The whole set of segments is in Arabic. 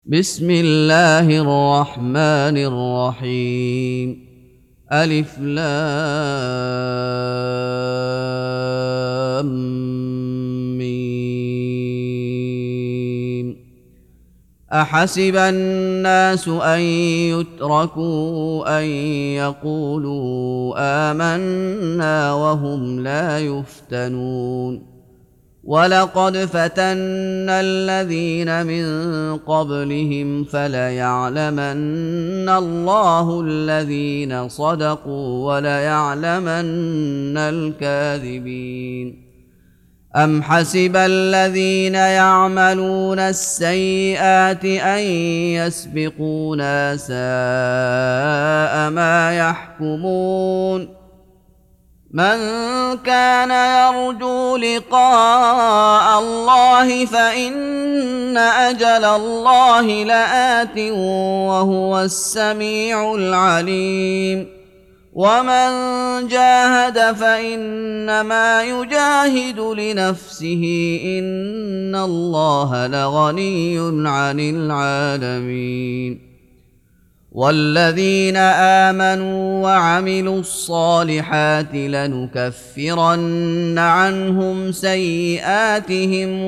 بسم الله الرحمن الرحيم. ألف لام ميم. أحسب الناس أن يتركوا أن يقولوا آمنا وهم لا يفتنون. ولقد فتنا الذين من قبلهم فليعلمن الله الذين صدقوا وليعلمن الكاذبين. أم حسب الذين يعملون السيئات أن يسبقونا ساء ما يحكمون. من كان يرجو لقاء الله فإن أجل الله لآت وهو السميع العليم. ومن جاهد فإنما يجاهد لنفسه إن الله لغني عن العالمين. والذين آمنوا وعملوا الصالحات لنكفرن عنهم سيئاتهم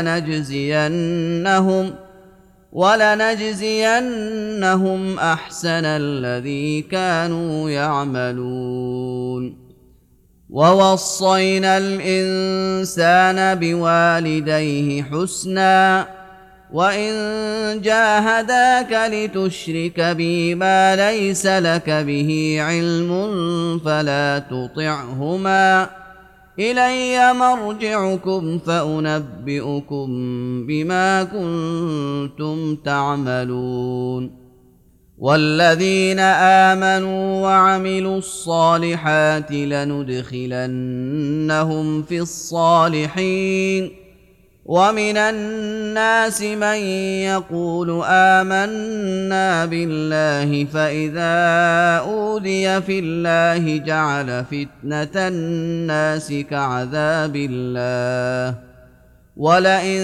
ولنجزينهم أحسن الذي كانوا يعملون. ووصينا الإنسان بوالديه حسنا وإن جاهداك لتشرك بي ما ليس لك به علم فلا تطعهما إلي مرجعكم فأنبئكم بما كنتم تعملون. والذين آمنوا وعملوا الصالحات لندخلنهم في الصالحين. ومن الناس من يقول آمنا بالله فإذا أوذي في الله جعل فتنة الناس كعذاب الله ولئن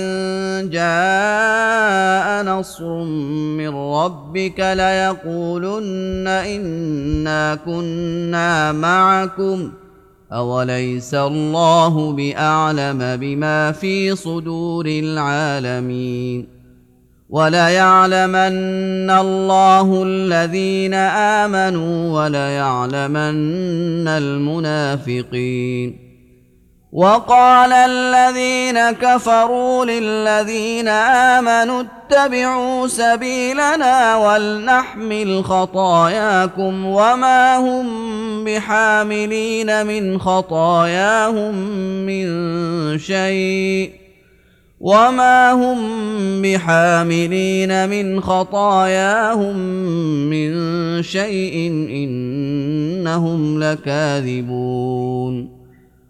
جاء نصر من ربك ليقولن إنا كنا معكم أوليس الله بأعلم بما في صدور العالمين. وليعلمن الله الذين آمنوا وليعلمن المنافقين. وقال الذين كفروا للذين آمنوا اتبعوا سبيلنا ولنحمل خطاياكم وما هم بحاملين من خطاياهم من شيء إنهم لكاذبون.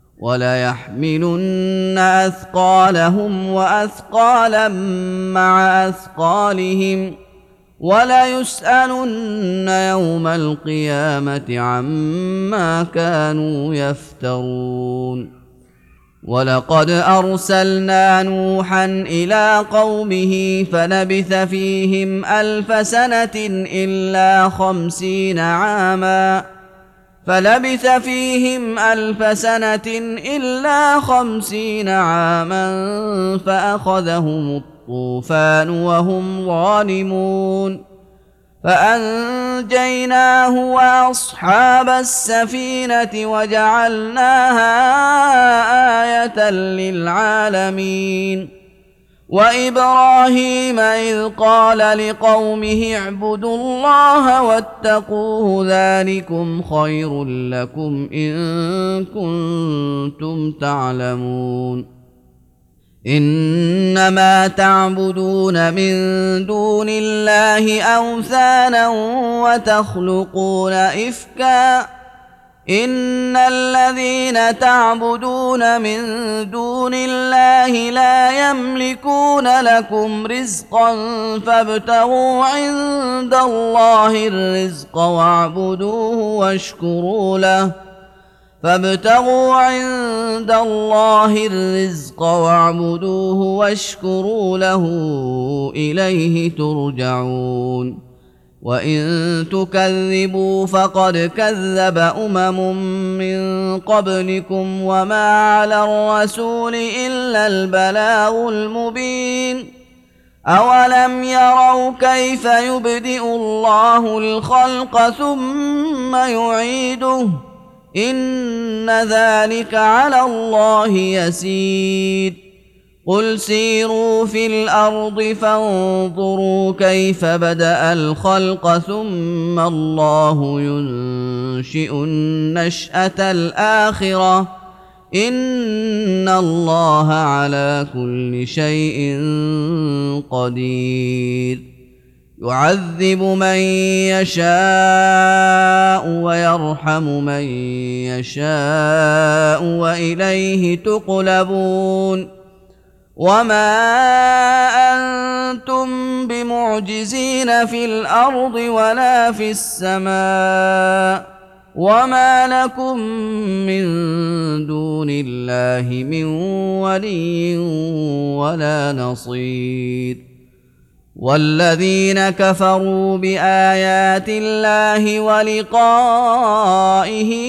وليحملن أثقالهم وأثقالا مع أثقالهم وليسألن يوم القيامة عما كانوا يفترون. ولقد أرسلنا نوحا إلى قومه فلبث فيهم 1000 سنة إلا 50 عاما فأخذهم الطوفان وهم ظالمون فأنجيناه وأصحاب السفينة وجعلناها آية للعالمين. وإبراهيم إذ قال لقومه اعبدوا الله واتقوه ذلكم خير لكم إن كنتم تعلمون. إنما تعبدون من دون الله أوثانا وتخلقون إفكا إن الذين تعبدون من دون الله لا يملكون لكم رزقا فابتغوا عند الله الرزق واعبدوه واشكروا له فابتغوا عند الله الرزق واعبدوه واشكروا له إليه ترجعون وإن تكذبوا فقد كذب من قبلكم وما على الرسول إلا البلاغ المبين أولم يروا كيف يبدئ الله الخلق ثم يعيده إن ذلك على الله يسير قل سيروا في الأرض فانظروا كيف بدأ الخلق ثم الله ينشئ النشأة الآخرة إن الله على كل شيء قدير يعذب من يشاء ويرحم من يشاء وإليه تقلبون وما أنتم بمعجزين في الأرض ولا في السماء وما لكم من دون الله من ولي ولا نصير والذين كفروا بآيات الله ولقائه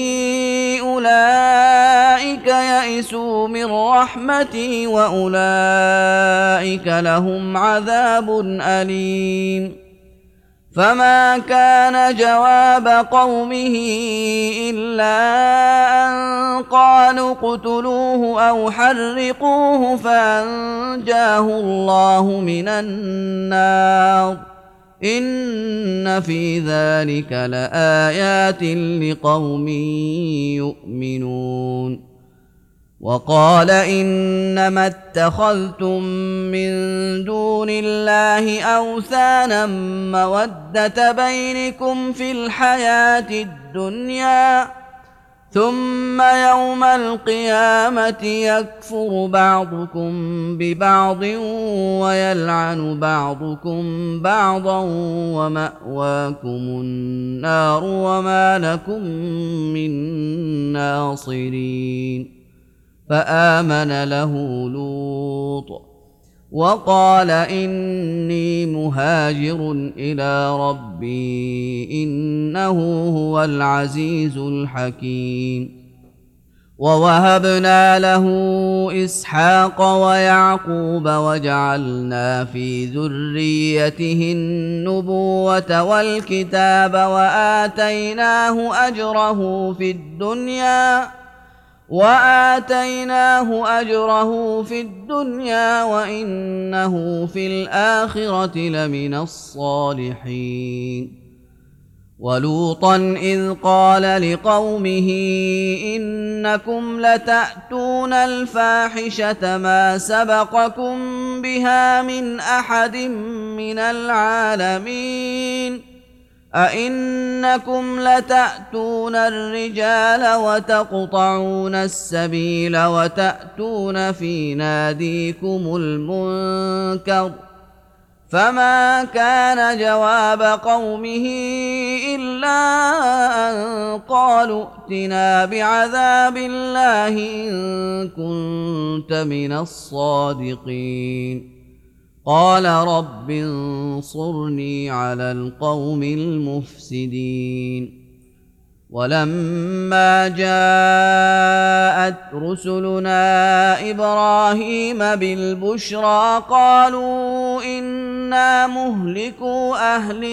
أولئك يئسوا من رحمتي وأولئك لهم عذاب أليم فما كان جواب قومه إلا أن قالوا اقتلوه أو حرقوه فأنجاه الله من النار إن في ذلك لآيات لقوم يؤمنون وقال إنما اتخذتم من دون الله أوثانا مودة بينكم في الحياة الدنيا ثم يوم القيامة يكفر بعضكم ببعض ويلعن بعضكم بعضا ومأواكم النار وما لكم من ناصرين فآمن له لوط وقال إني مهاجر إلى ربي إنه هو العزيز الحكيم ووهبنا له إسحاق ويعقوب وجعلنا في ذريته النبوة والكتاب وآتيناه أجره في الدنيا وإنه في الآخرة لمن الصالحين ولوطا إذ قال لقومه إنكم لتأتون الفاحشة ما سبقكم بها من أحد من العالمين أئنكم لتأتون الرجال وتقطعون السبيل وتأتون في ناديكم المنكر فما كان جواب قومه إلا أن قالوا ائتنا بعذاب الله إن كنت من الصادقين قال رب انصرني على القوم المفسدين ولما جاءت رسلنا إبراهيم بالبشرى قالوا إنا مهلكو أهل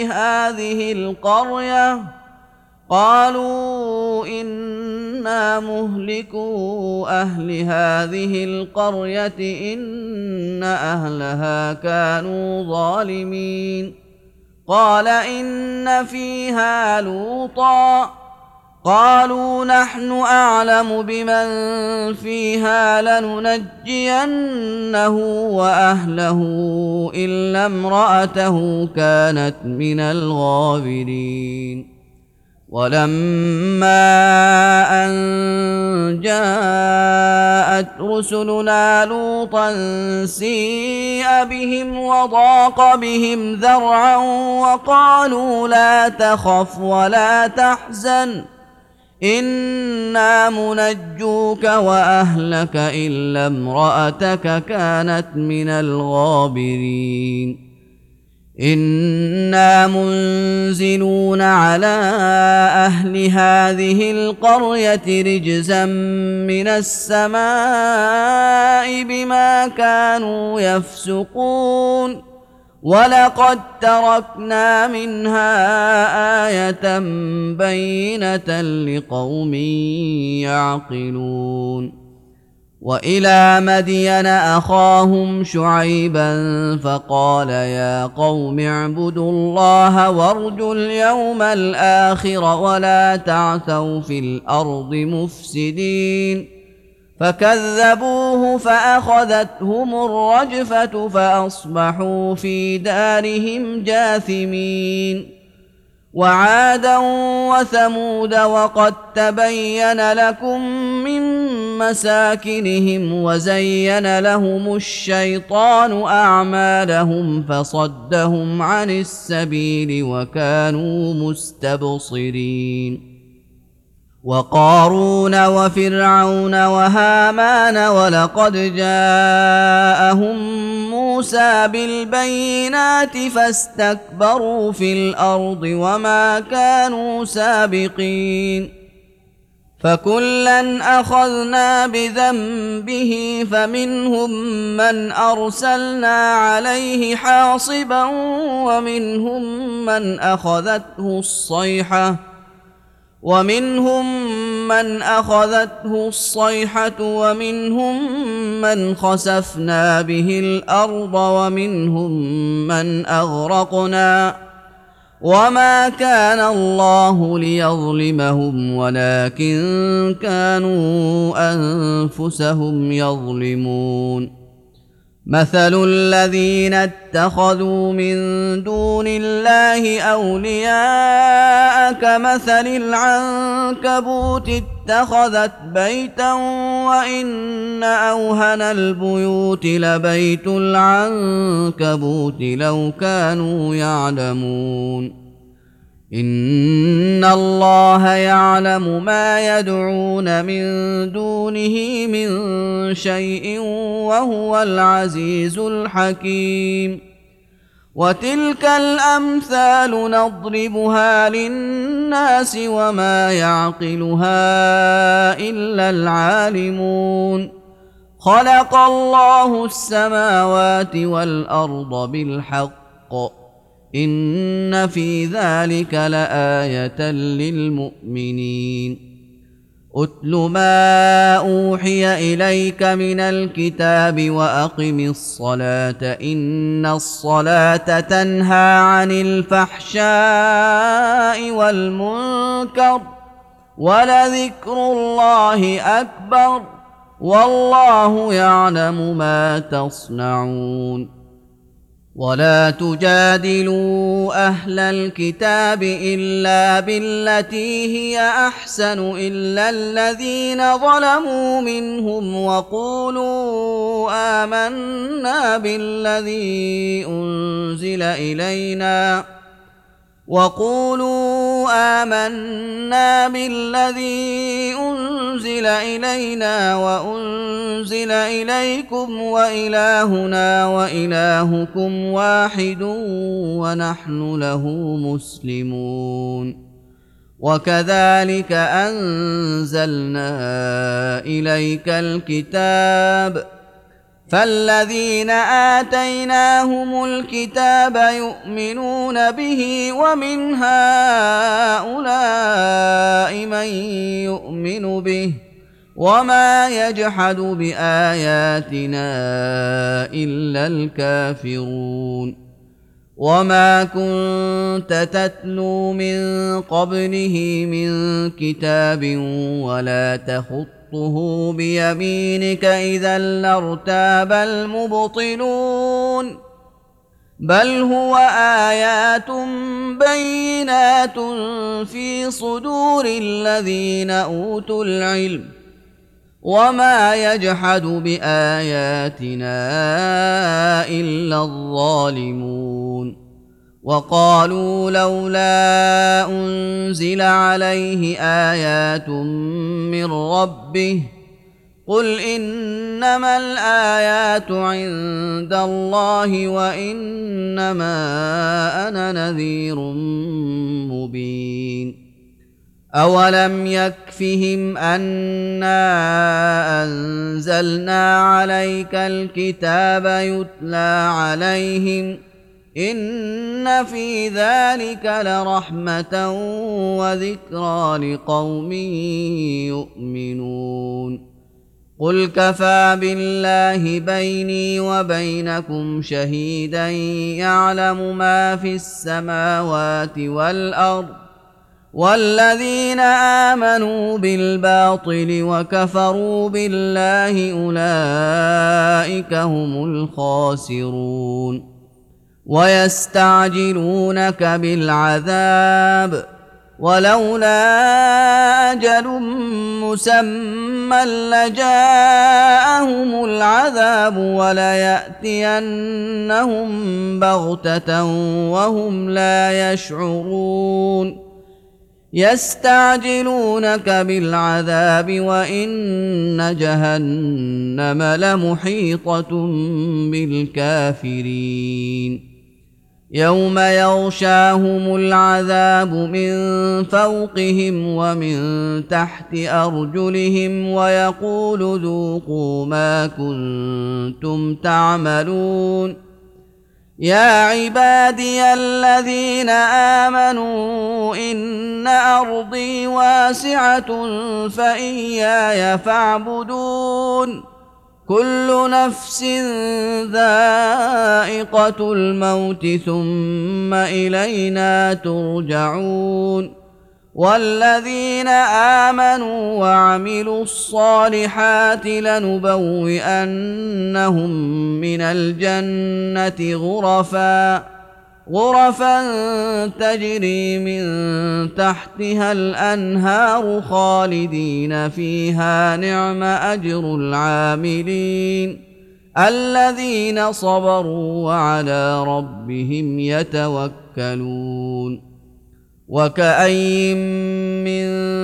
هذه القرية إن أهلها كانوا ظالمين قال إن فيها لوطا قالوا نحن أعلم بمن فيها لننجينه وأهله إلا امرأته كانت من الغابرين ولما أن جاءت رسلنا لوطا سيء بهم وضاق بهم ذرعا وقالوا لا تخف ولا تحزن إنا منجوك وأهلك إلا امرأتك كانت من الغابرين إنا منزلون على أهل هذه القرية رجزا من السماء بما كانوا يفسقون ولقد تركنا منها آية بينة لقوم يعقلون وإلى مدين أخاهم شعيبا فقال يا قوم اعبدوا الله وارجوا اليوم الآخر ولا تعثوا في الأرض مفسدين فكذبوه فأخذتهم الرجفة فأصبحوا في دارهم جاثمين وعادا وثمود وقد تبين لكم من مساكنهم وزين لهم الشيطان أعمالهم فصدهم عن السبيل وكانوا مستبصرين وقارون وفرعون وهامان ولقد جاءهم موسى بالبينات فاستكبروا في الأرض وما كانوا سابقين فكلا أخذنا بذنبه فمنهم من أرسلنا عليه حاصبا ومنهم من أخذته الصيحة ومنهم من خسفنا به الأرض ومنهم من أغرقنا وما كان الله ليظلمهم ولكن كانوا أنفسهم يظلمون مثل الذين اتخذوا من دون الله أولياء كمثل العنكبوت اتخذت بيتا وإن أوهن البيوت لبيت العنكبوت لو كانوا يعلمون إن الله يعلم ما يدعون من دونه من شيء وهو العزيز الحكيم وتلك الأمثال نضربها للناس وما يعقلها إلا العالمون خلق الله السماوات والأرض بالحق إن في ذلك لآية للمؤمنين أتل ما أوحي إليك من الكتاب وأقم الصلاة إن الصلاة تنهى عن الفحشاء والمنكر ولذكر الله أكبر والله يعلم ما تصنعون ولا تجادلوا أهل الكتاب إلا بالتي هي أحسن إلا الذين ظلموا منهم وقولوا آمنا بالذي أنزل إلينا وأنزل إليكم وإلهنا وإلهكم واحد ونحن له مسلمون وكذلك أنزلنا إليك الكتاب فالذين آتيناهم الكتاب يؤمنون به ومن هؤلاء من يؤمن به وما يجحد بآياتنا إلا الكافرون وما كنت تتلو من قبله من كتاب ولا تخطه بيمينك إذا لارتاب المبطلون بل هو آيات بينات في صدور الذين أوتوا العلم وما يجحد بآياتنا إلا الظالمون وقالوا لولا أنزل عليه آيات من ربه قل إنما الآيات عند الله وإنما أنا نذير مبين أولم يكفهم أنا أنزلنا عليك الكتاب يتلى عليهم إن في ذلك لرحمة وذكرى لقوم يؤمنون قل كفى بالله بيني وبينكم شهيدا يعلم ما في السماوات والأرض والذين آمنوا بالباطل وكفروا بالله أولئك هم الخاسرون ويستعجلونك بالعذاب ولولا أجل مسمى لجاءهم العذاب وليأتينهم بغتة وهم لا يشعرون يستعجلونك بالعذاب وإن جهنم لمحيطة بالكافرين يوم يغشاهم العذاب من فوقهم ومن تحت أرجلهم ويقول ذوقوا ما كنتم تعملون يا عبادي الذين آمنوا إن أرضي واسعة فإياي فاعبدون كل نفس ذائقة الموت ثم إلينا ترجعون والذين آمنوا وعملوا الصالحات لنبوئنهم من الجنة غرفا تجري من تحتها الأنهار خالدين فيها نعم أجر العاملين الذين صبروا وعلى ربهم يتوكلون وكأين من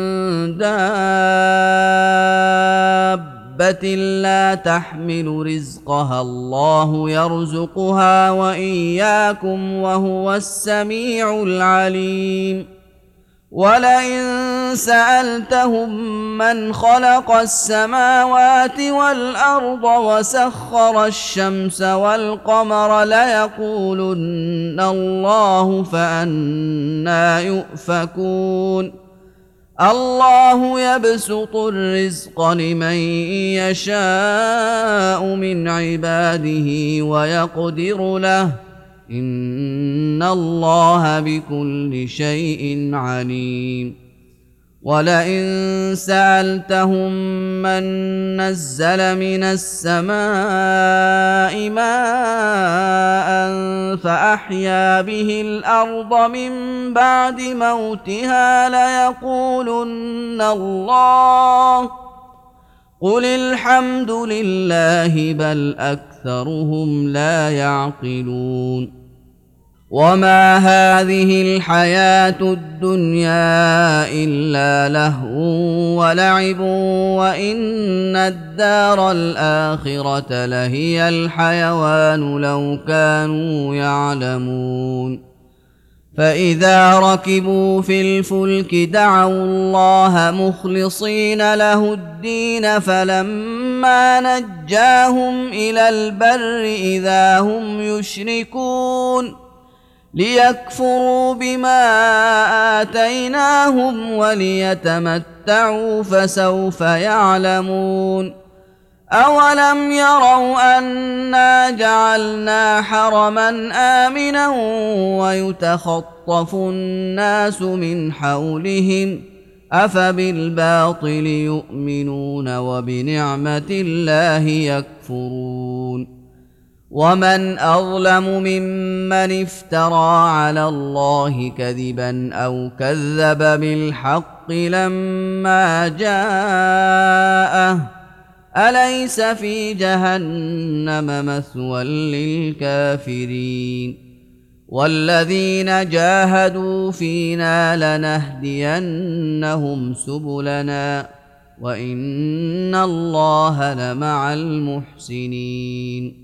دابة لا تحمل رزقها الله يرزقها وإياكم وهو السميع العليم ولئن سألتهم من خلق السماوات والأرض وسخر الشمس والقمر ليقولن الله فأنى يؤفكون الله يبسط الرزق لمن يشاء من عباده ويقدر له إن الله بكل شيء عليم ولئن سألتهم من نزل من السماء ماء فأحيا به الأرض من بعد موتها ليقولن الله قل الحمد لله بل أكثرهم لا يعقلون وما هذه الحياة الدنيا إلا لهو ولعب وإن الدار الآخرة لهي الحيوان لو كانوا يعلمون فإذا ركبوا في الفلك دعوا الله مخلصين له الدين فلما نجاهم إلى البر إذا هم يشركون ليكفروا بما آتيناهم وليتمتعوا فسوف يعلمون أولم يروا أنا جعلنا حرما آمنا ويتخطف الناس من حولهم أفبالباطل يؤمنون وبنعمة الله يكفرون ومن أظلم ممن افترى على الله كذبا أو كذب بالحق لما جاءه أليس في جهنم مثوى للكافرين والذين جاهدوا فينا لنهدينهم سبلنا وان الله لمع المحسنين